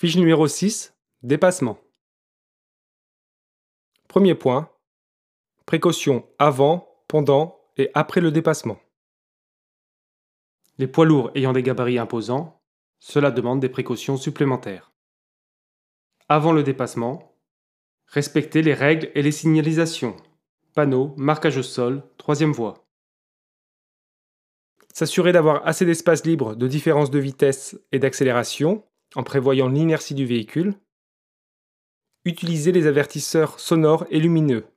Fiche numéro 6, dépassement. Premier point, précautions avant, pendant et après le dépassement. Les poids lourds ayant des gabarits imposants, cela demande des précautions supplémentaires. Avant le dépassement, respectez les règles et les signalisations. Panneaux, marquage au sol, troisième voie. S'assurer d'avoir assez d'espace libre de différence de vitesse et d'accélération en prévoyant l'inertie du véhicule. Utiliser les avertisseurs sonores et lumineux.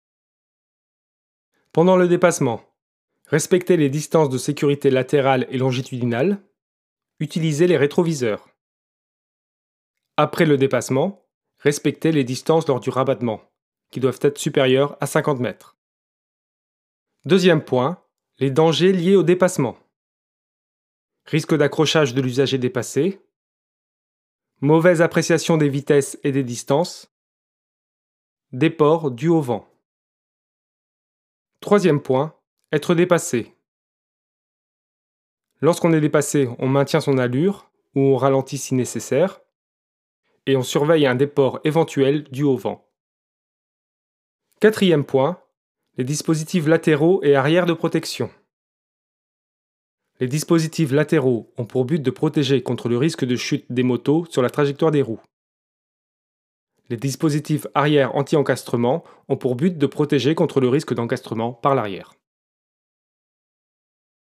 Pendant le dépassement, respectez les distances de sécurité latérales et longitudinales. Utilisez les rétroviseurs. Après le dépassement, respectez les distances lors du rabattement, qui doivent être supérieures à 50 mètres. Deuxième point, les dangers liés au dépassement. Risque d'accrochage de l'usager dépassé. Mauvaise appréciation des vitesses et des distances. Déport dû au vent. Troisième point, être dépassé. Lorsqu'on est dépassé, on maintient son allure ou on ralentit si nécessaire et on surveille un déport éventuel dû au vent. Quatrième point, les dispositifs latéraux et arrière de protection. Les dispositifs latéraux ont pour but de protéger contre le risque de chute des motos sur la trajectoire des roues. Les dispositifs arrière anti-encastrement ont pour but de protéger contre le risque d'encastrement par l'arrière.